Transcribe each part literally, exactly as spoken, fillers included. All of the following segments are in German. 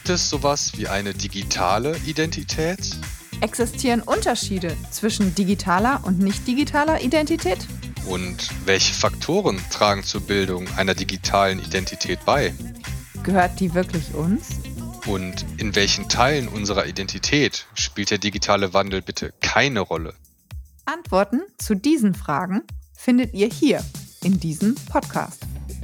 Gibt es sowas wie eine digitale Identität? Existieren Unterschiede zwischen digitaler und nicht digitaler Identität? Und welche Faktoren tragen zur Bildung einer digitalen Identität bei? Gehört die wirklich uns? Und in welchen Teilen unserer Identität spielt der digitale Wandel bitte keine Rolle? Antworten zu diesen Fragen findet ihr hier in diesem Podcast.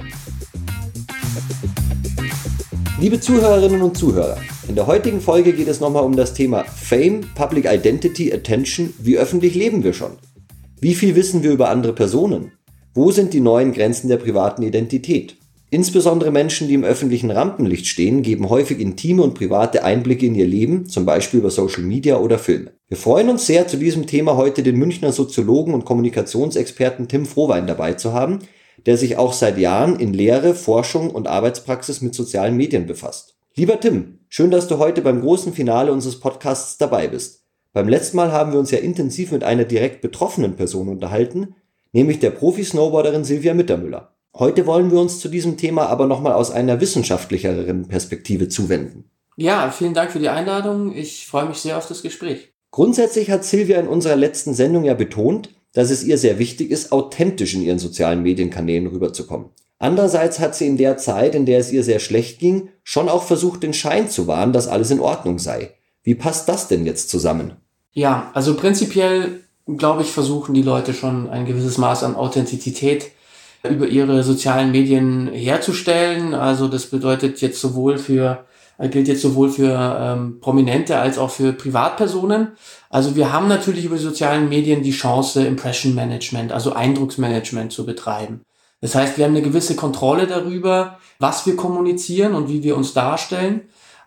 Liebe Zuhörerinnen und Zuhörer, in der heutigen Folge geht es nochmal um das Thema Fame, Public Identity, Attention. Wie öffentlich leben wir schon? Wie viel wissen wir über andere Personen? Wo sind die neuen Grenzen der privaten Identität? Insbesondere Menschen, die im öffentlichen Rampenlicht stehen, geben häufig intime und private Einblicke in ihr Leben, zum Beispiel über Social Media oder Filme. Wir freuen uns sehr, zu diesem Thema heute den Münchner Soziologen und Kommunikationsexperten Tim Frohwein dabei zu haben, der sich auch seit Jahren in Lehre, Forschung und Arbeitspraxis mit sozialen Medien befasst. Lieber Tim, schön, dass du heute beim großen Finale unseres Podcasts dabei bist. Beim letzten Mal haben wir uns ja intensiv mit einer direkt betroffenen Person unterhalten, nämlich der Profi-Snowboarderin Silvia Mittermüller. Heute wollen wir uns zu diesem Thema aber nochmal aus einer wissenschaftlicheren Perspektive zuwenden. Ja, vielen Dank für die Einladung. Ich freue mich sehr auf das Gespräch. Grundsätzlich hat Silvia in unserer letzten Sendung ja betont, dass es ihr sehr wichtig ist, authentisch in ihren sozialen Medienkanälen rüberzukommen. Andererseits hat sie in der Zeit, in der es ihr sehr schlecht ging, schon auch versucht, den Schein zu wahren, dass alles in Ordnung sei. Wie passt das denn jetzt zusammen? Ja, also prinzipiell, glaube ich, versuchen die Leute schon ein gewisses Maß an Authentizität über ihre sozialen Medien herzustellen. Also das bedeutet jetzt sowohl für, gilt jetzt sowohl für ähm, Prominente als auch für Privatpersonen. Also wir haben natürlich über die sozialen Medien die Chance, Impression Management, also Eindrucksmanagement zu betreiben. Das heißt, wir haben eine gewisse Kontrolle darüber, was wir kommunizieren und wie wir uns darstellen.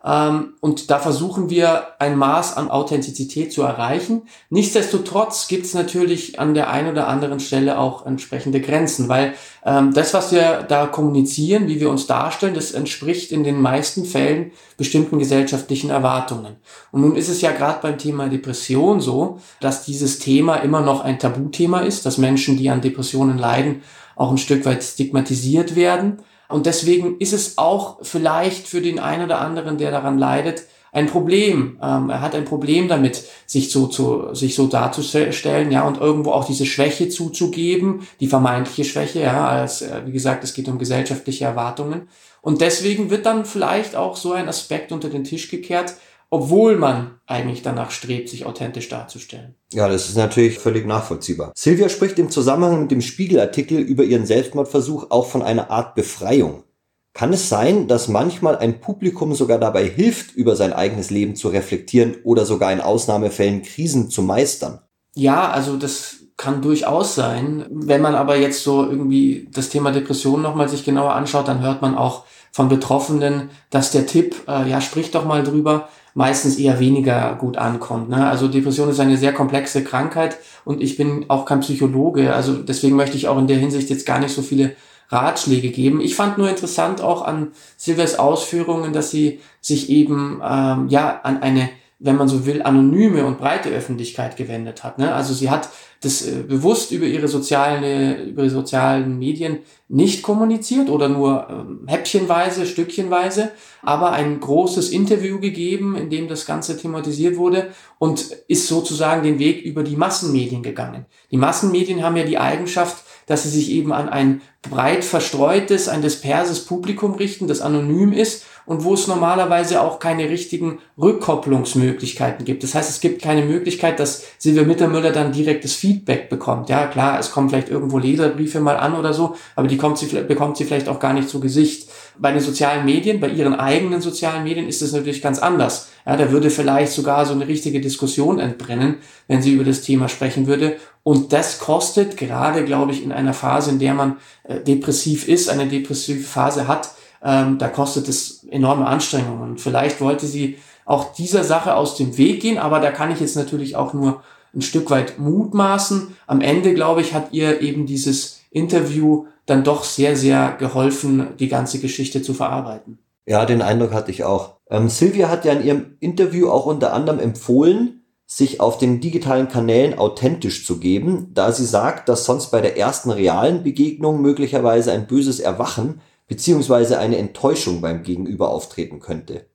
Und da versuchen wir ein Maß an Authentizität zu erreichen. Nichtsdestotrotz gibt es natürlich an der einen oder anderen Stelle auch entsprechende Grenzen, weil ähm, das, was wir da kommunizieren, wie wir uns darstellen, das entspricht in den meisten Fällen bestimmten gesellschaftlichen Erwartungen. Und nun ist es ja gerade beim Thema Depression so, dass dieses Thema immer noch ein Tabuthema ist, dass Menschen, die an Depressionen leiden, auch ein Stück weit stigmatisiert werden. Und deswegen ist es auch vielleicht für den einen oder anderen, der daran leidet, ein Problem. Ähm, er hat ein Problem damit, sich so zu, sich so darzustellen, ja, und irgendwo auch diese Schwäche zuzugeben, die vermeintliche Schwäche, ja, als, äh, wie gesagt, es geht um gesellschaftliche Erwartungen. Und deswegen wird dann vielleicht auch so ein Aspekt unter den Tisch gekehrt, obwohl man eigentlich danach strebt, sich authentisch darzustellen. Ja, das ist natürlich völlig nachvollziehbar. Silvia spricht im Zusammenhang mit dem Spiegel-Artikel über ihren Selbstmordversuch auch von einer Art Befreiung. Kann es sein, dass manchmal ein Publikum sogar dabei hilft, über sein eigenes Leben zu reflektieren oder sogar in Ausnahmefällen Krisen zu meistern? Ja, also das kann durchaus sein. Wenn man aber jetzt so irgendwie das Thema Depression nochmal sich genauer anschaut, dann hört man auch von Betroffenen, dass der Tipp, äh, ja, sprich doch mal drüber, meistens eher weniger gut ankommt. Ne? Also Depression ist eine sehr komplexe Krankheit und ich bin auch kein Psychologe, also deswegen möchte ich auch in der Hinsicht jetzt gar nicht so viele Ratschläge geben. Ich fand nur interessant auch an Silvias Ausführungen, dass sie sich eben ähm, ja an eine, wenn man so will, anonyme und breite Öffentlichkeit gewendet hat. Ne? Also sie hat das äh, bewusst über ihre sozialen, über die sozialen Medien nicht kommuniziert oder nur ähm, häppchenweise, stückchenweise, aber ein großes Interview gegeben, in dem das Ganze thematisiert wurde und ist sozusagen den Weg über die Massenmedien gegangen. Die Massenmedien haben ja die Eigenschaft, dass sie sich eben an ein breit verstreutes, ein disperses Publikum richten, das anonym ist und wo es normalerweise auch keine richtigen Rückkopplungsmöglichkeiten gibt. Das heißt, es gibt keine Möglichkeit, dass Silvia Mittermüller dann direktes Feedback bekommt. Ja, klar, es kommen vielleicht irgendwo Leserbriefe mal an oder so, aber die kommt sie, bekommt sie vielleicht auch gar nicht zu Gesicht. Bei den sozialen Medien, bei ihren eigenen sozialen Medien ist es natürlich ganz anders. Ja, da würde vielleicht sogar so eine richtige Diskussion entbrennen, wenn sie über das Thema sprechen würde. Und das kostet gerade, glaube ich, in einer Phase, in der man äh, depressiv ist, eine depressive Phase hat, ähm, da kostet es enorme Anstrengungen. Und vielleicht wollte sie auch dieser Sache aus dem Weg gehen, aber da kann ich jetzt natürlich auch nur ein Stück weit mutmaßen. Am Ende, glaube ich, hat ihr eben dieses Interview dann doch sehr, sehr geholfen, die ganze Geschichte zu verarbeiten. Ja, den Eindruck hatte ich auch. Ähm, Silvia hat ja in ihrem Interview auch unter anderem empfohlen, sich auf den digitalen Kanälen authentisch zu geben, da sie sagt, dass sonst bei der ersten realen Begegnung möglicherweise ein böses Erwachen bzw. eine Enttäuschung beim Gegenüber auftreten könnte.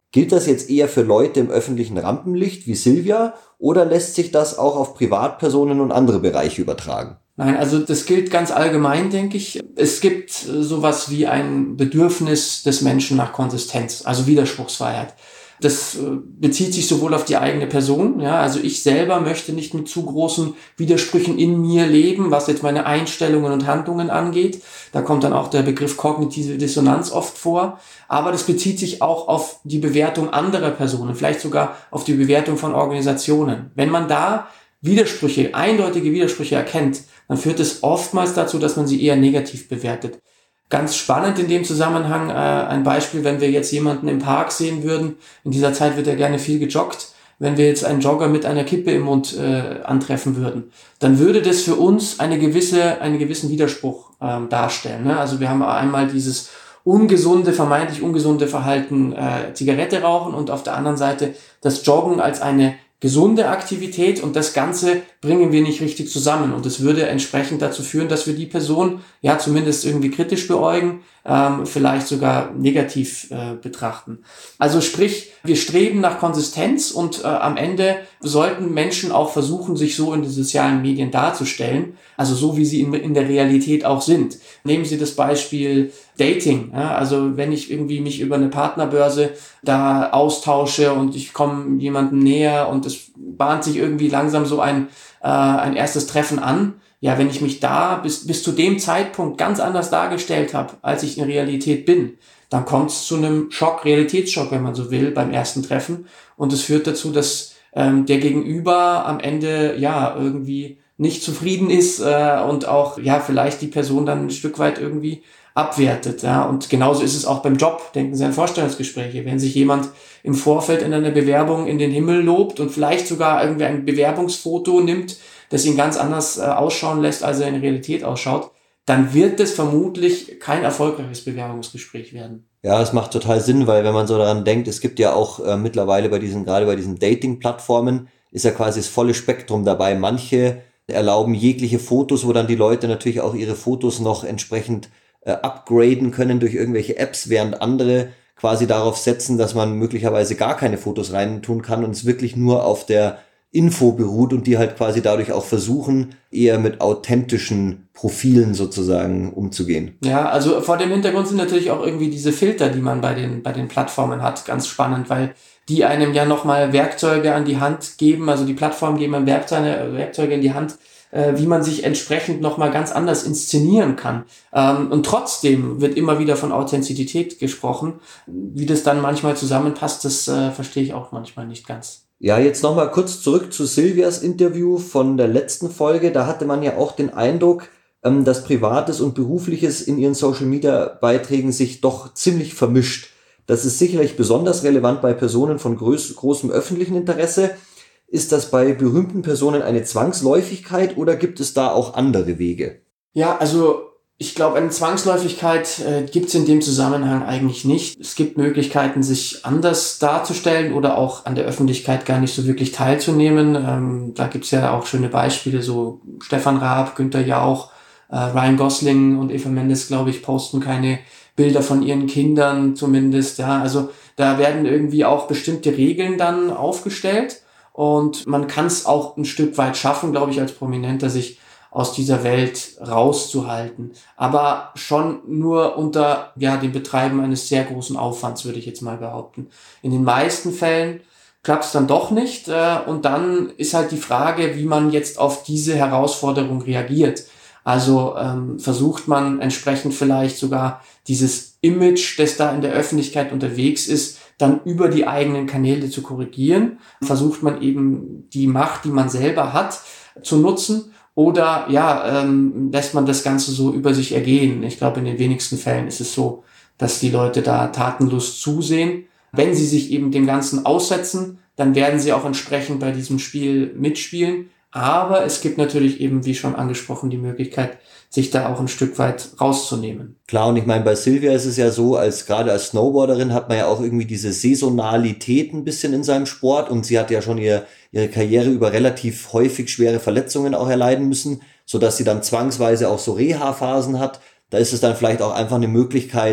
Gilt das jetzt eher für Leute im öffentlichen Rampenlicht wie Silvia oder lässt sich das auch auf Privatpersonen und andere Bereiche übertragen? Nein, also das gilt ganz allgemein, denke ich. Es gibt sowas wie ein Bedürfnis des Menschen nach Konsistenz, also Widerspruchsfreiheit. Das bezieht sich sowohl auf die eigene Person, ja, also ich selber möchte nicht mit zu großen Widersprüchen in mir leben, was jetzt meine Einstellungen und Handlungen angeht. Da kommt dann auch der Begriff kognitive Dissonanz oft vor. Aber das bezieht sich auch auf die Bewertung anderer Personen, vielleicht sogar auf die Bewertung von Organisationen. Wenn man da Widersprüche, eindeutige Widersprüche erkennt, dann führt es oftmals dazu, dass man sie eher negativ bewertet. Ganz spannend in dem Zusammenhang äh, ein Beispiel, wenn wir jetzt jemanden im Park sehen würden, in dieser Zeit wird er gerne viel gejoggt, wenn wir jetzt einen Jogger mit einer Kippe im Mund äh, antreffen würden, dann würde das für uns eine gewisse, einen gewissen Widerspruch ähm, darstellen. Ne? Also wir haben einmal dieses ungesunde, vermeintlich ungesunde Verhalten, äh, Zigarette rauchen und auf der anderen Seite das Joggen als eine gesunde Aktivität und das Ganze bringen wir nicht richtig zusammen und es würde entsprechend dazu führen, dass wir die Person ja zumindest irgendwie kritisch beäugen, ähm, vielleicht sogar negativ äh, betrachten. Also sprich, wir streben nach Konsistenz und äh, am Ende sollten Menschen auch versuchen, sich so in den sozialen Medien darzustellen, also so wie sie in, in der Realität auch sind. Nehmen Sie das Beispiel Dating, ja, also wenn ich irgendwie mich über eine Partnerbörse da austausche und ich komme jemandem näher und es bahnt sich irgendwie langsam so ein äh, ein erstes Treffen an, ja, wenn ich mich da bis bis zu dem Zeitpunkt ganz anders dargestellt habe, als ich in Realität bin, dann kommt es zu einem Schock, Realitätsschock, wenn man so will, beim ersten Treffen und es führt dazu, dass ähm, der Gegenüber am Ende ja irgendwie nicht zufrieden ist äh, und auch ja vielleicht die Person dann ein Stück weit irgendwie abwertet, ja, und genauso ist es auch beim Job. Denken Sie an Vorstellungsgespräche. Wenn sich jemand im Vorfeld in einer Bewerbung in den Himmel lobt und vielleicht sogar irgendwie ein Bewerbungsfoto nimmt, das ihn ganz anders äh, ausschauen lässt, als er in der Realität ausschaut, dann wird das vermutlich kein erfolgreiches Bewerbungsgespräch werden. Ja, es macht total Sinn, weil wenn man so daran denkt, es gibt ja auch äh, mittlerweile bei diesen, gerade bei diesen Dating-Plattformen, ist ja quasi das volle Spektrum dabei. Manche erlauben jegliche Fotos, wo dann die Leute natürlich auch ihre Fotos noch entsprechend äh, upgraden können durch irgendwelche Apps, während andere quasi darauf setzen, dass man möglicherweise gar keine Fotos rein tun kann und es wirklich nur auf der Info beruht und die halt quasi dadurch auch versuchen, eher mit authentischen Profilen sozusagen umzugehen. Ja, also vor dem Hintergrund sind natürlich auch irgendwie diese Filter, die man bei den bei den Plattformen hat, ganz spannend, weil die einem ja nochmal Werkzeuge an die Hand geben, also die Plattformen geben einem Werkzeuge, Werkzeuge in die Hand, äh, wie man sich entsprechend nochmal ganz anders inszenieren kann. Ähm, und trotzdem wird immer wieder von Authentizität gesprochen. Wie das dann manchmal zusammenpasst, das äh, verstehe ich auch manchmal nicht ganz. Ja, jetzt nochmal kurz zurück zu Silvias Interview von der letzten Folge. Da hatte man ja auch den Eindruck, ähm, dass Privates und Berufliches in ihren Social-Media-Beiträgen sich doch ziemlich vermischt. Das ist sicherlich besonders relevant bei Personen von groß, großem öffentlichen Interesse. Ist das bei berühmten Personen eine Zwangsläufigkeit oder gibt es da auch andere Wege? Ja, also ich glaube, eine Zwangsläufigkeit äh, gibt es in dem Zusammenhang eigentlich nicht. Es gibt Möglichkeiten, sich anders darzustellen oder auch an der Öffentlichkeit gar nicht so wirklich teilzunehmen. Ähm, da gibt es ja auch schöne Beispiele, so Stefan Raab, Günther Jauch, äh, Ryan Gosling und Eva Mendes, glaube ich, posten keine Bilder von ihren Kindern zumindest. Ja, also da werden irgendwie auch bestimmte Regeln dann aufgestellt und man kann es auch ein Stück weit schaffen, glaube ich, als Prominenter sich aus dieser Welt rauszuhalten. Aber schon nur unter ja dem Betreiben eines sehr großen Aufwands, würde ich jetzt mal behaupten. In den meisten Fällen klappt es dann doch nicht. Äh, und dann ist halt die Frage, wie man jetzt auf diese Herausforderung reagiert. Also ähm, versucht man entsprechend vielleicht sogar dieses Image, das da in der Öffentlichkeit unterwegs ist, dann über die eigenen Kanäle zu korrigieren. Versucht man eben die Macht, die man selber hat, zu nutzen. Oder ja, ähm, lässt man das Ganze so über sich ergehen. Ich glaube, in den wenigsten Fällen ist es so, dass die Leute da tatenlos zusehen. Wenn sie sich eben dem Ganzen aussetzen, dann werden sie auch entsprechend bei diesem Spiel mitspielen. Aber es gibt natürlich eben, wie schon angesprochen, die Möglichkeit, sich da auch ein Stück weit rauszunehmen. Klar, und ich meine, bei Silvia ist es ja so, als gerade als Snowboarderin hat man ja auch irgendwie diese Saisonalität ein bisschen in seinem Sport und sie hat ja schon ihr, ihre Karriere über relativ häufig schwere Verletzungen auch erleiden müssen, sodass sie dann zwangsweise auch so Reha-Phasen hat. Da ist es dann vielleicht auch einfach eine Möglichkeit,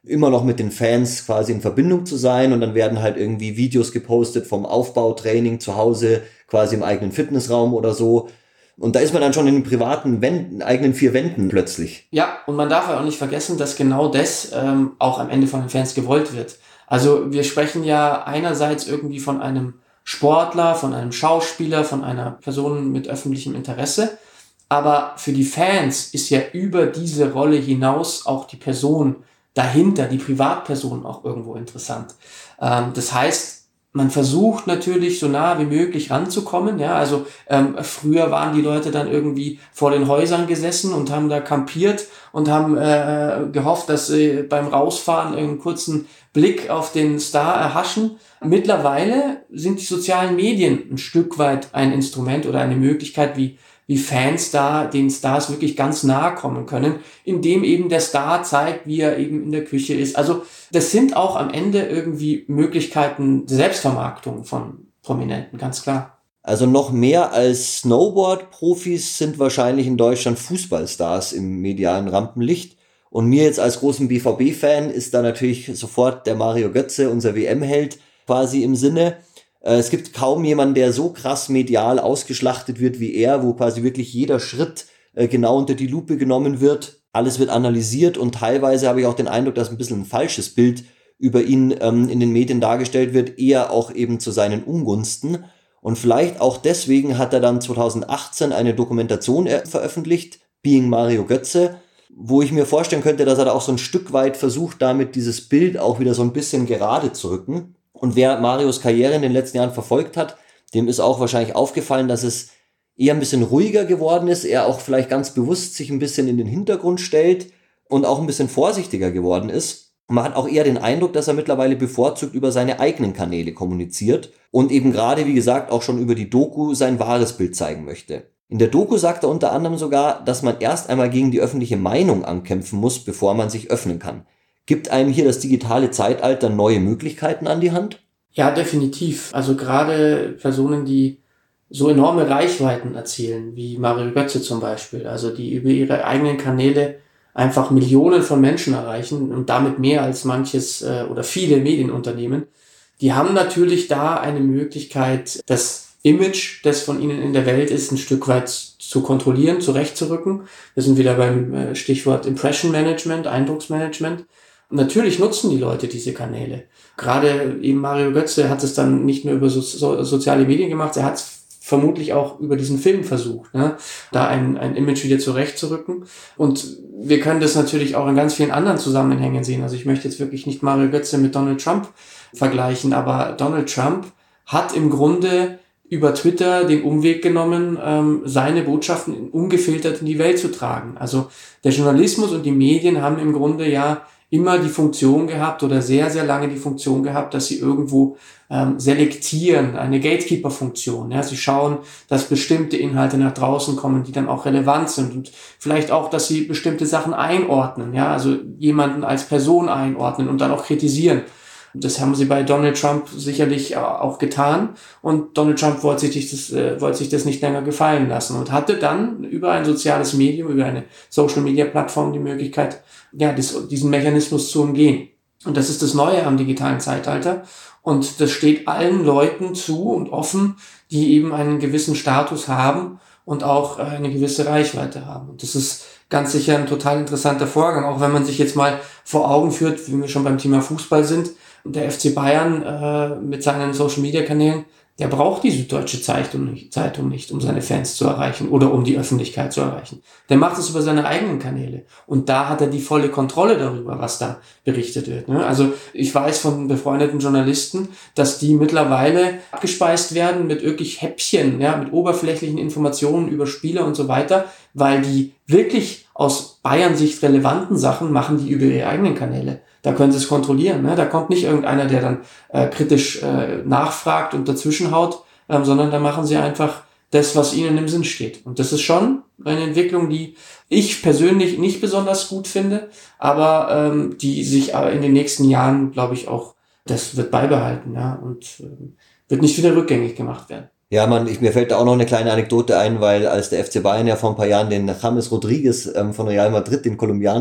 immer noch mit den Fans quasi in Verbindung zu sein, und dann werden halt irgendwie Videos gepostet vom Aufbautraining zu Hause, quasi im eigenen Fitnessraum oder so. Und da ist man dann schon in den privaten Wänden, eigenen vier Wänden plötzlich. Ja, und man darf ja auch nicht vergessen, dass genau das ähm, auch am Ende von den Fans gewollt wird. Also wir sprechen ja einerseits irgendwie von einem Sportler, von einem Schauspieler, von einer Person mit öffentlichem Interesse. Aber für die Fans ist ja über diese Rolle hinaus auch die Person dahinter, die Privatperson auch irgendwo interessant. Ähm, das heißt, man versucht natürlich so nah wie möglich ranzukommen. Ja, also ähm, früher waren die Leute dann irgendwie vor den Häusern gesessen und haben da kampiert und haben äh, gehofft, dass sie beim Rausfahren einen kurzen Blick auf den Star erhaschen. Mittlerweile sind die sozialen Medien ein Stück weit ein Instrument oder eine Möglichkeit, wie wie Fans da den Stars wirklich ganz nahe kommen können, indem eben der Star zeigt, wie er eben in der Küche ist. Also das sind auch am Ende irgendwie Möglichkeiten der Selbstvermarktung von Prominenten, ganz klar. Also noch mehr als Snowboard-Profis sind wahrscheinlich in Deutschland Fußballstars im medialen Rampenlicht. Und mir jetzt als großen B V B-Fan ist da natürlich sofort der Mario Götze, unser W M-Held, quasi im Sinne. Es gibt kaum jemanden, der so krass medial ausgeschlachtet wird wie er, wo quasi wirklich jeder Schritt genau unter die Lupe genommen wird. Alles wird analysiert, und teilweise habe ich auch den Eindruck, dass ein bisschen ein falsches Bild über ihn ähm, in den Medien dargestellt wird, eher auch eben zu seinen Ungunsten. Und vielleicht auch deswegen hat er dann zwanzig achtzehn eine Dokumentation veröffentlicht, Being Mario Götze, wo ich mir vorstellen könnte, dass er da auch so ein Stück weit versucht, damit dieses Bild auch wieder so ein bisschen gerade zu rücken. Und wer Marios Karriere in den letzten Jahren verfolgt hat, dem ist auch wahrscheinlich aufgefallen, dass es eher ein bisschen ruhiger geworden ist, er auch vielleicht ganz bewusst sich ein bisschen in den Hintergrund stellt und auch ein bisschen vorsichtiger geworden ist. Man hat auch eher den Eindruck, dass er mittlerweile bevorzugt über seine eigenen Kanäle kommuniziert und eben gerade, wie gesagt, auch schon über die Doku sein wahres Bild zeigen möchte. In der Doku sagt er unter anderem sogar, dass man erst einmal gegen die öffentliche Meinung ankämpfen muss, bevor man sich öffnen kann. Gibt einem hier das digitale Zeitalter neue Möglichkeiten an die Hand? Ja, definitiv. Also gerade Personen, die so enorme Reichweiten erzielen, wie Mario Götze zum Beispiel, also die über ihre eigenen Kanäle einfach Millionen von Menschen erreichen und damit mehr als manches äh, oder viele Medienunternehmen, die haben natürlich da eine Möglichkeit, das Image, das von ihnen in der Welt ist, ein Stück weit zu kontrollieren, zurechtzurücken. Wir sind wieder beim äh, Stichwort Impression Management, Eindrucksmanagement. Und natürlich nutzen die Leute diese Kanäle. Gerade eben Mario Götze hat es dann nicht nur über so, so, soziale Medien gemacht, er hat es vermutlich auch über diesen Film versucht, ne? Da ein, ein Image wieder zurechtzurücken. Und wir können das natürlich auch in ganz vielen anderen Zusammenhängen sehen. Also ich möchte jetzt wirklich nicht Mario Götze mit Donald Trump vergleichen, aber Donald Trump hat im Grunde über Twitter den Umweg genommen, ähm, seine Botschaften ungefiltert in die Welt zu tragen. Also der Journalismus und die Medien haben im Grunde ja immer die Funktion gehabt oder sehr, sehr lange die Funktion gehabt, dass sie irgendwo ähm, selektieren, eine Gatekeeper-Funktion. Ja, sie schauen, dass bestimmte Inhalte nach draußen kommen, die dann auch relevant sind und vielleicht auch, dass sie bestimmte Sachen einordnen, ja, also jemanden als Person einordnen und dann auch kritisieren. Das haben sie bei Donald Trump sicherlich auch getan, und Donald Trump wollte sich das, äh, wollte sich das nicht länger gefallen lassen und hatte dann über ein soziales Medium, über eine Social-Media-Plattform die Möglichkeit, ja, dies, diesen Mechanismus zu umgehen. Und das ist das Neue am digitalen Zeitalter, und das steht allen Leuten zu und offen, die eben einen gewissen Status haben und auch eine gewisse Reichweite haben. Und das ist ganz sicher ein total interessanter Vorgang, auch wenn man sich jetzt mal vor Augen führt, wie wir schon beim Thema Fußball sind. Der F C Bayern äh, mit seinen Social-Media-Kanälen, der braucht die Süddeutsche Zeitung nicht, Zeitung nicht, um seine Fans zu erreichen oder um die Öffentlichkeit zu erreichen. Der macht es über seine eigenen Kanäle. Und da hat er die volle Kontrolle darüber, was da berichtet wird. Ne? Also ich weiß von befreundeten Journalisten, dass die mittlerweile abgespeist werden mit wirklich Häppchen, ja, mit oberflächlichen Informationen über Spieler und so weiter, weil die wirklich aus Bayern-Sicht relevanten Sachen machen die über ihre eigenen Kanäle. Da können sie es kontrollieren. Ne? Da kommt nicht irgendeiner, der dann äh, kritisch äh, nachfragt und dazwischenhaut, ähm, sondern da machen sie einfach das, was ihnen im Sinn steht. Und das ist schon eine Entwicklung, die ich persönlich nicht besonders gut finde, aber ähm, die sich äh, in den nächsten Jahren, glaube ich, auch, das wird beibehalten, ja, und äh, wird nicht wieder rückgängig gemacht werden. Ja, man, ich, mir fällt da auch noch eine kleine Anekdote ein, weil als der F C Bayern ja vor ein paar Jahren den James Rodriguez ähm, von Real Madrid, den Kolumbianer,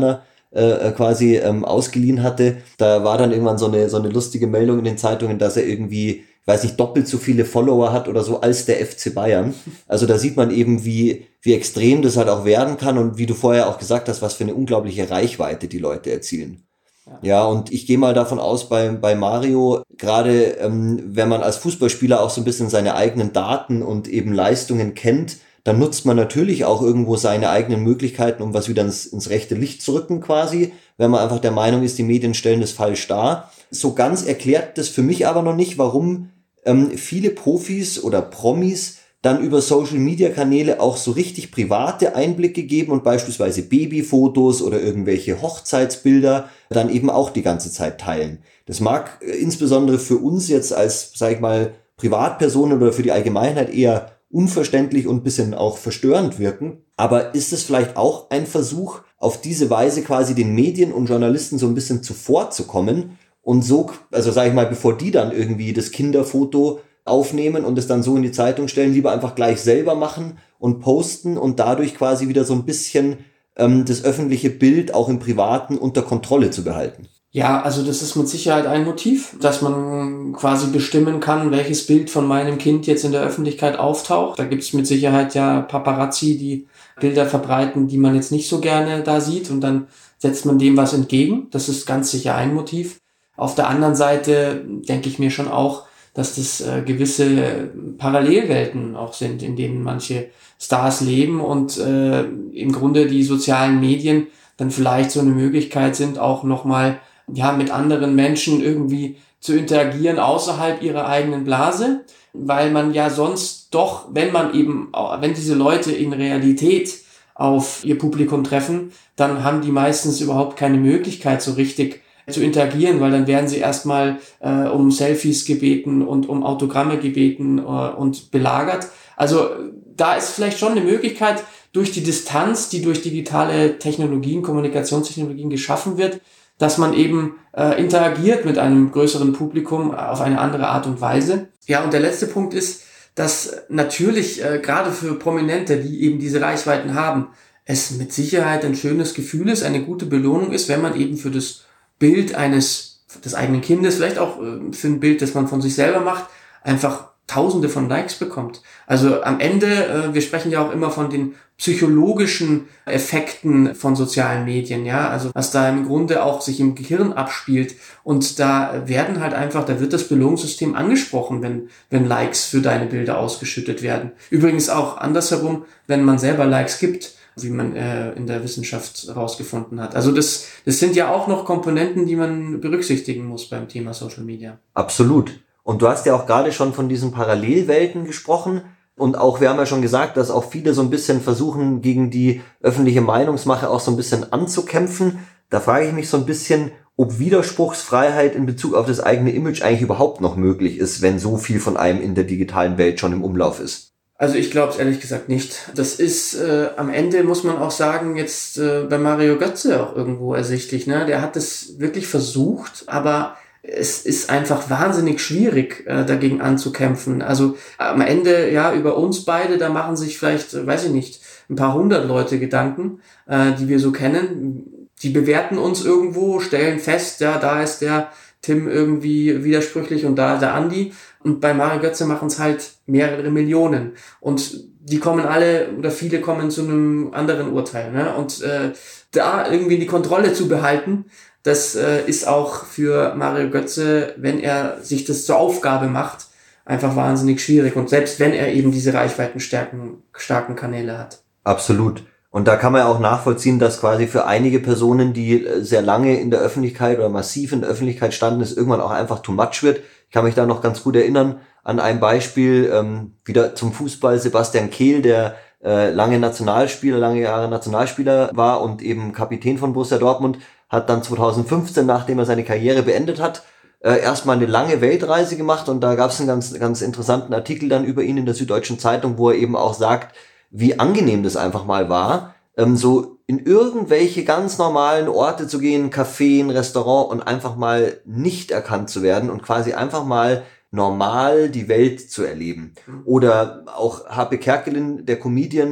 äh, quasi ähm, ausgeliehen hatte. Da war dann irgendwann so eine, so eine lustige Meldung in den Zeitungen, dass er irgendwie, ich weiß nicht, doppelt so viele Follower hat oder so als der F C Bayern. Also da sieht man eben, wie, wie extrem das halt auch werden kann und wie du vorher auch gesagt hast, was für eine unglaubliche Reichweite die Leute erzielen. Ja, und ich gehe mal davon aus, bei, bei Mario, gerade ähm, wenn man als Fußballspieler auch so ein bisschen seine eigenen Daten und eben Leistungen kennt, dann nutzt man natürlich auch irgendwo seine eigenen Möglichkeiten, um was wieder ins, ins rechte Licht zu rücken quasi, wenn man einfach der Meinung ist, die Medien stellen das falsch dar. So ganz erklärt das für mich aber noch nicht, warum ähm, viele Profis oder Promis dann über Social-Media-Kanäle auch so richtig private Einblicke geben und beispielsweise Babyfotos oder irgendwelche Hochzeitsbilder dann eben auch die ganze Zeit teilen. Das mag äh, insbesondere für uns jetzt als, sag ich mal, Privatpersonen oder für die Allgemeinheit eher unverständlich und ein bisschen auch verstörend wirken. Aber ist es vielleicht auch ein Versuch, auf diese Weise quasi den Medien und Journalisten so ein bisschen zuvorzukommen und so, also sag ich mal, bevor die dann irgendwie das Kinderfoto aufnehmen und es dann so in die Zeitung stellen, lieber einfach gleich selber machen und posten und dadurch quasi wieder so ein bisschen ähm, das öffentliche Bild auch im Privaten unter Kontrolle zu behalten? Ja, also das ist mit Sicherheit ein Motiv, dass man quasi bestimmen kann, welches Bild von meinem Kind jetzt in der Öffentlichkeit auftaucht. Da gibt es mit Sicherheit ja Paparazzi, die Bilder verbreiten, die man jetzt nicht so gerne da sieht und dann setzt man dem was entgegen. Das ist ganz sicher ein Motiv. Auf der anderen Seite denke ich mir schon auch, dass das äh, gewisse Parallelwelten auch sind, in denen manche Stars leben und äh, im Grunde die sozialen Medien dann vielleicht so eine Möglichkeit sind, auch nochmal ja, mit anderen Menschen irgendwie zu interagieren außerhalb ihrer eigenen Blase, weil man ja sonst doch, wenn man eben, wenn diese Leute in Realität auf ihr Publikum treffen, dann haben die meistens überhaupt keine Möglichkeit so richtig zu interagieren, weil dann werden sie erstmal äh, um Selfies gebeten und um Autogramme gebeten äh, und belagert. Also da ist vielleicht schon eine Möglichkeit, durch die Distanz, die durch digitale Technologien, Kommunikationstechnologien geschaffen wird, dass man eben äh, interagiert mit einem größeren Publikum auf eine andere Art und Weise. Ja, und der letzte Punkt ist, dass natürlich äh, gerade für Prominente, die eben diese Reichweiten haben, es mit Sicherheit ein schönes Gefühl ist, eine gute Belohnung ist, wenn man eben für das Bild eines, des eigenen Kindes, vielleicht auch äh, für ein Bild, das man von sich selber macht, einfach Tausende von Likes bekommt. Also am Ende, äh, wir sprechen ja auch immer von den psychologischen Effekten von sozialen Medien, ja, also was da im Grunde auch sich im Gehirn abspielt und da werden halt einfach, da wird das Belohnungssystem angesprochen, wenn wenn Likes für deine Bilder ausgeschüttet werden. Übrigens auch andersherum, wenn man selber Likes gibt, wie man äh, in der Wissenschaft herausgefunden hat. Also das das sind ja auch noch Komponenten, die man berücksichtigen muss beim Thema Social Media. Absolut. Und du hast ja auch gerade schon von diesen Parallelwelten gesprochen. Und auch, wir haben ja schon gesagt, dass auch viele so ein bisschen versuchen, gegen die öffentliche Meinungsmache auch so ein bisschen anzukämpfen. Da frage ich mich so ein bisschen, ob Widerspruchsfreiheit in Bezug auf das eigene Image eigentlich überhaupt noch möglich ist, wenn so viel von einem in der digitalen Welt schon im Umlauf ist. Also ich glaube es ehrlich gesagt nicht. Das ist äh, am Ende, muss man auch sagen, jetzt äh, bei Mario Götze auch irgendwo ersichtlich. Ne? Der hat es wirklich versucht, aber es ist einfach wahnsinnig schwierig, äh, dagegen anzukämpfen. Also am Ende, ja, über uns beide, da machen sich vielleicht, äh, weiß ich nicht, ein paar hundert Leute Gedanken, äh, die wir so kennen. Die bewerten uns irgendwo, stellen fest, ja, da ist der Tim irgendwie widersprüchlich und da der Andi. Und bei Mario Götze machen es halt mehrere Millionen. Und die kommen alle, oder viele kommen zu einem anderen Urteil. Ne? Und äh, da irgendwie die Kontrolle zu behalten, das äh, ist auch für Mario Götze, wenn er sich das zur Aufgabe macht, einfach wahnsinnig schwierig. Und selbst wenn er eben diese reichweitenstarken starken Kanäle hat. Absolut. Und da kann man ja auch nachvollziehen, dass quasi für einige Personen, die sehr lange in der Öffentlichkeit oder massiv in der Öffentlichkeit standen, es irgendwann auch einfach too much wird. Ich kann mich da noch ganz gut erinnern an ein Beispiel, ähm, wieder zum Fußball, Sebastian Kehl, der äh, lange Nationalspieler, lange Jahre Nationalspieler war und eben Kapitän von Borussia Dortmund, hat dann zweitausendfünfzehn, nachdem er seine Karriere beendet hat, äh, erstmal eine lange Weltreise gemacht und da gab es einen ganz, ganz interessanten Artikel dann über ihn in der Süddeutschen Zeitung, wo er eben auch sagt, wie angenehm das einfach mal war, ähm, so in irgendwelche ganz normalen Orte zu gehen, Café, ein Restaurant und einfach mal nicht erkannt zu werden und quasi einfach mal normal die Welt zu erleben. Oder auch Harpe Kerkeling, der Comedian,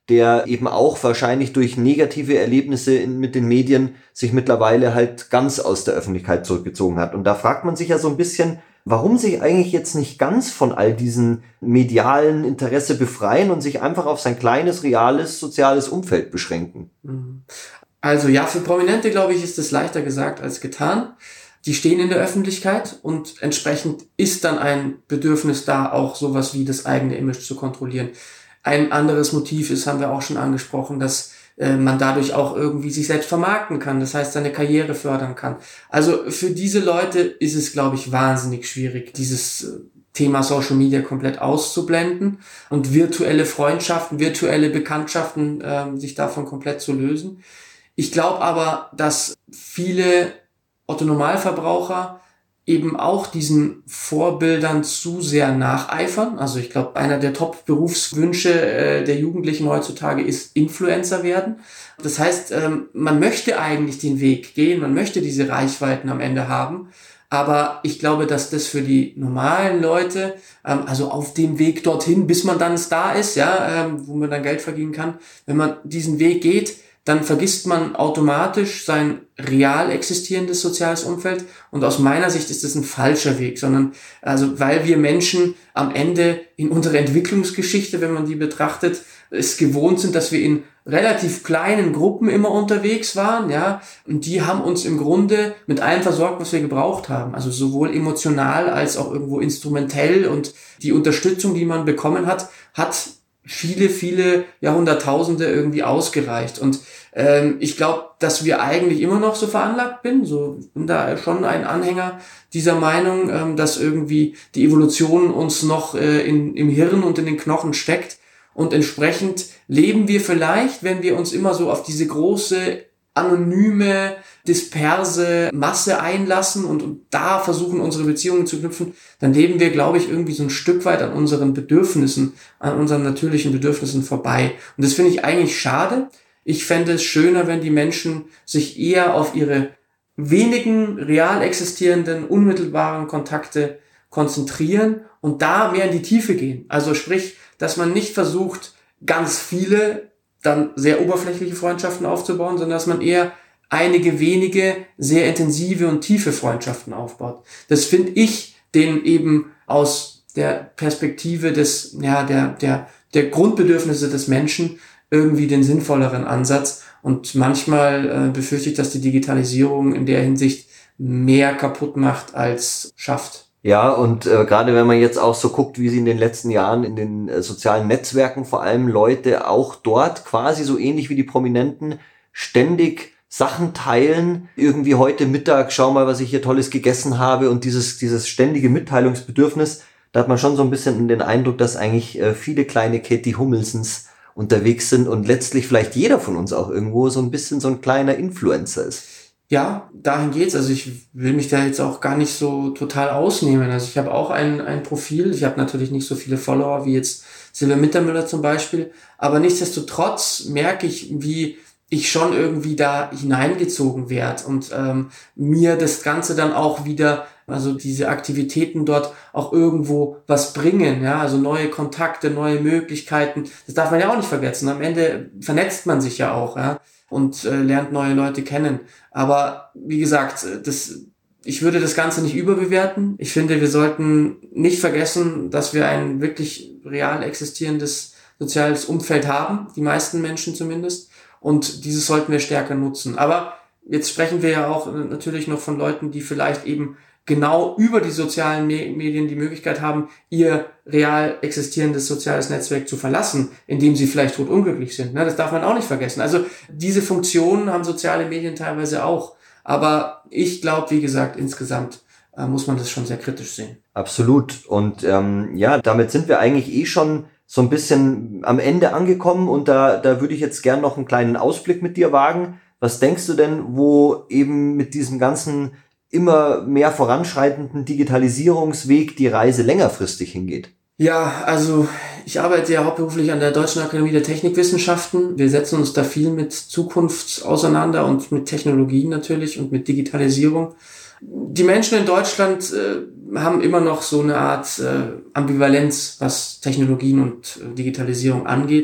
der eben auch wahrscheinlich durch negative Erlebnisse in, mit den Medien sich mittlerweile halt ganz aus der Öffentlichkeit zurückgezogen hat. Und da fragt man sich ja so ein bisschen, warum sich eigentlich jetzt nicht ganz von all diesen medialen Interesse befreien und sich einfach auf sein kleines, reales, soziales Umfeld beschränken. Also ja, für Prominente, glaube ich, ist es leichter gesagt als getan. Die stehen in der Öffentlichkeit und entsprechend ist dann ein Bedürfnis da, auch sowas wie das eigene Image zu kontrollieren. Ein anderes Motiv ist, haben wir auch schon angesprochen, dass äh, man dadurch auch irgendwie sich selbst vermarkten kann, das heißt seine Karriere fördern kann. Also für diese Leute ist es, glaube ich, wahnsinnig schwierig, dieses äh, Thema Social Media komplett auszublenden und virtuelle Freundschaften, virtuelle Bekanntschaften äh, sich davon komplett zu lösen. Ich glaube aber, dass viele Otto-Normalverbraucher eben auch diesen Vorbildern zu sehr nacheifern. Also ich glaube, einer der Top-Berufswünsche äh, der Jugendlichen heutzutage ist Influencer werden. Das heißt, ähm, man möchte eigentlich den Weg gehen, man möchte diese Reichweiten am Ende haben. Aber ich glaube, dass das für die normalen Leute, ähm, also auf dem Weg dorthin, bis man dann ein Star ist, ja, ähm, wo man dann Geld verdienen kann, wenn man diesen Weg geht, dann vergisst man automatisch sein real existierendes soziales Umfeld. Und aus meiner Sicht ist das ein falscher Weg, sondern also weil wir Menschen am Ende in unserer Entwicklungsgeschichte, wenn man die betrachtet, es gewohnt sind, dass wir in relativ kleinen Gruppen immer unterwegs waren, ja, und die haben uns im Grunde mit allem versorgt, was wir gebraucht haben, also sowohl emotional als auch irgendwo instrumentell, und die Unterstützung, die man bekommen hat, hat viele, viele Jahrhunderttausende irgendwie ausgereicht. Und ähm, ich glaube, dass wir eigentlich immer noch so veranlagt bin, so bin da schon ein Anhänger dieser Meinung, ähm, dass irgendwie die Evolution uns noch äh, in, im Hirn und in den Knochen steckt. Und entsprechend leben wir vielleicht, wenn wir uns immer so auf diese große, anonyme, disperse Masse einlassen und, und da versuchen, unsere Beziehungen zu knüpfen, dann leben wir, glaube ich, irgendwie so ein Stück weit an unseren Bedürfnissen, an unseren natürlichen Bedürfnissen vorbei. Und das finde ich eigentlich schade. Ich fände es schöner, wenn die Menschen sich eher auf ihre wenigen real existierenden, unmittelbaren Kontakte konzentrieren und da mehr in die Tiefe gehen. Also sprich, dass man nicht versucht, ganz viele, dann sehr oberflächliche Freundschaften aufzubauen, sondern dass man eher einige wenige, sehr intensive und tiefe Freundschaften aufbaut. Das finde ich den eben aus der Perspektive des, ja, der, der, der Grundbedürfnisse des Menschen irgendwie den sinnvolleren Ansatz. Und manchmal äh, befürchte ich, dass die Digitalisierung in der Hinsicht mehr kaputt macht als schafft. Ja, und äh, gerade wenn man jetzt auch so guckt, wie sie in den letzten Jahren in den äh, sozialen Netzwerken vor allem Leute auch dort quasi so ähnlich wie die Prominenten ständig Sachen teilen. Irgendwie heute Mittag, schau mal, was ich hier Tolles gegessen habe, und dieses dieses ständige Mitteilungsbedürfnis, da hat man schon so ein bisschen den Eindruck, dass eigentlich äh, viele kleine Katie Hummelsens unterwegs sind und letztlich vielleicht jeder von uns auch irgendwo so ein bisschen so ein kleiner Influencer ist. Ja, dahin geht's. Also ich will mich da jetzt auch gar nicht so total ausnehmen. Also ich habe auch ein ein Profil. Ich habe natürlich nicht so viele Follower wie jetzt Silvia Mittermüller zum Beispiel. Aber nichtsdestotrotz merke ich, wie ich schon irgendwie da hineingezogen werde und ähm, mir das Ganze dann auch wieder, also diese Aktivitäten dort auch irgendwo was bringen. Ja, also neue Kontakte, neue Möglichkeiten. Das darf man ja auch nicht vergessen. Am Ende vernetzt man sich ja auch, ja, und äh, lernt neue Leute kennen. Aber wie gesagt, das, ich würde das Ganze nicht überbewerten. Ich finde, wir sollten nicht vergessen, dass wir ein wirklich real existierendes soziales Umfeld haben, die meisten Menschen zumindest. Und dieses sollten wir stärker nutzen. Aber jetzt sprechen wir ja auch natürlich noch von Leuten, die vielleicht eben genau über die sozialen Medien die Möglichkeit haben, ihr real existierendes soziales Netzwerk zu verlassen, indem sie vielleicht totunglücklich sind. Das darf man auch nicht vergessen. Also diese Funktionen haben soziale Medien teilweise auch. Aber ich glaube, wie gesagt, insgesamt äh, muss man das schon sehr kritisch sehen. Absolut. Und ähm, ja, damit sind wir eigentlich eh schon so ein bisschen am Ende angekommen. Und da, da würde ich jetzt gern noch einen kleinen Ausblick mit dir wagen. Was denkst du denn, wo eben mit diesem ganzen immer mehr voranschreitenden Digitalisierungsweg die Reise längerfristig hingeht? Ja, also ich arbeite ja hauptberuflich an der Deutschen Akademie der Technikwissenschaften. Wir setzen uns da viel mit Zukunft auseinander und mit Technologien natürlich und mit Digitalisierung. Die Menschen in Deutschland äh, haben immer noch so eine Art äh, Ambivalenz, was Technologien und äh, Digitalisierung angeht.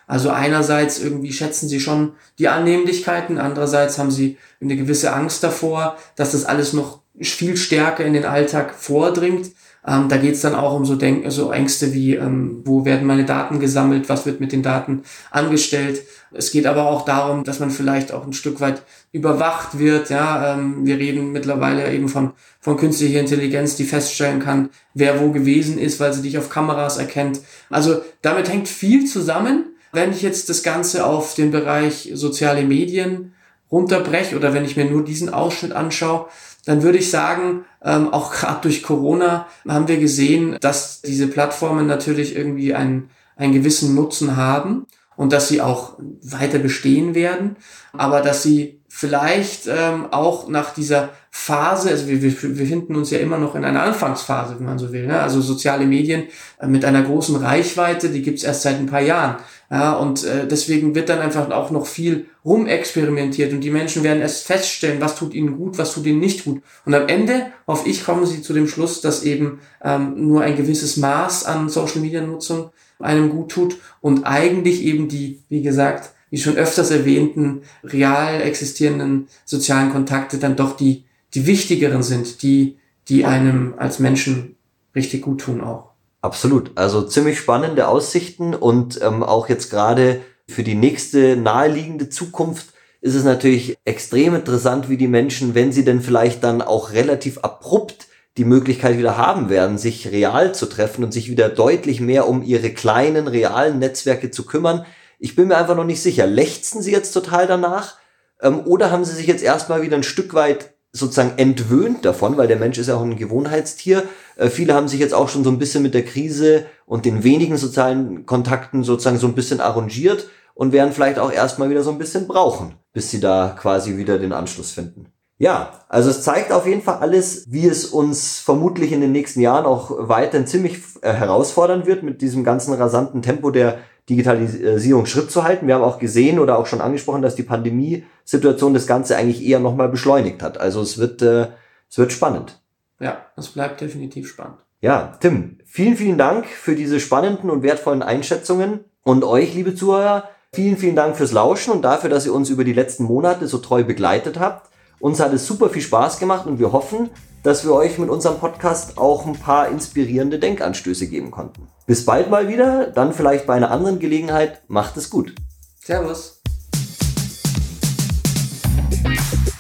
Also einerseits irgendwie schätzen sie schon die Annehmlichkeiten, andererseits haben sie eine gewisse Angst davor, dass das alles noch viel stärker in den Alltag vordringt. Ähm, da geht's dann auch um so, Denk- so Ängste wie, ähm, wo werden meine Daten gesammelt, was wird mit den Daten angestellt. Es geht aber auch darum, dass man vielleicht auch ein Stück weit überwacht wird. Ja, ähm, wir reden mittlerweile eben von von künstlicher Intelligenz, die feststellen kann, wer wo gewesen ist, weil sie dich auf Kameras erkennt. Also damit hängt viel zusammen. Wenn ich jetzt das Ganze auf den Bereich soziale Medien runterbreche oder wenn ich mir nur diesen Ausschnitt anschaue, dann würde ich sagen, ähm, auch gerade durch Corona haben wir gesehen, dass diese Plattformen natürlich irgendwie einen, einen gewissen Nutzen haben und dass sie auch weiter bestehen werden, aber dass sie vielleicht ähm, auch nach dieser Phase, also wir, wir befinden uns ja immer noch in einer Anfangsphase, wenn man so will, ne? Also soziale Medien äh, mit einer großen Reichweite, die gibt's erst seit ein paar Jahren. Ja, und äh, deswegen wird dann einfach auch noch viel rumexperimentiert und die Menschen werden erst feststellen, was tut ihnen gut, was tut ihnen nicht gut. Und am Ende, hoffe ich, kommen sie zu dem Schluss, dass eben ähm, nur ein gewisses Maß an Social-Media-Nutzung einem gut tut und eigentlich eben die, wie gesagt, wie schon öfters erwähnten, real existierenden sozialen Kontakte dann doch die die wichtigeren sind, die die einem als Menschen richtig gut tun auch. Absolut. Also ziemlich spannende Aussichten und ähm, auch jetzt gerade für die nächste naheliegende Zukunft ist es natürlich extrem interessant, wie die Menschen, wenn sie denn vielleicht dann auch relativ abrupt die Möglichkeit wieder haben werden, sich real zu treffen und sich wieder deutlich mehr um ihre kleinen, realen Netzwerke zu kümmern. Ich bin mir einfach noch nicht sicher, lechzen sie jetzt total danach ähm, oder haben sie sich jetzt erstmal wieder ein Stück weit sozusagen entwöhnt davon, weil der Mensch ist ja auch ein Gewohnheitstier. Äh, viele haben sich jetzt auch schon so ein bisschen mit der Krise und den wenigen sozialen Kontakten sozusagen so ein bisschen arrangiert und werden vielleicht auch erstmal wieder so ein bisschen brauchen, bis sie da quasi wieder den Anschluss finden. Ja, also es zeigt auf jeden Fall alles, wie es uns vermutlich in den nächsten Jahren auch weiterhin ziemlich äh, herausfordern wird, mit diesem ganzen rasanten Tempo der Digitalisierung Schritt zu halten. Wir haben auch gesehen oder auch schon angesprochen, dass die Pandemiesituation das Ganze eigentlich eher nochmal beschleunigt hat. Also es wird, äh, es wird spannend. Ja, es bleibt definitiv spannend. Ja, Tim, vielen, vielen Dank für diese spannenden und wertvollen Einschätzungen und euch, liebe Zuhörer, vielen, vielen Dank fürs Lauschen und dafür, dass ihr uns über die letzten Monate so treu begleitet habt. Uns hat es super viel Spaß gemacht und wir hoffen, dass wir euch mit unserem Podcast auch ein paar inspirierende Denkanstöße geben konnten. Bis bald mal wieder, dann vielleicht bei einer anderen Gelegenheit. Macht es gut. Servus.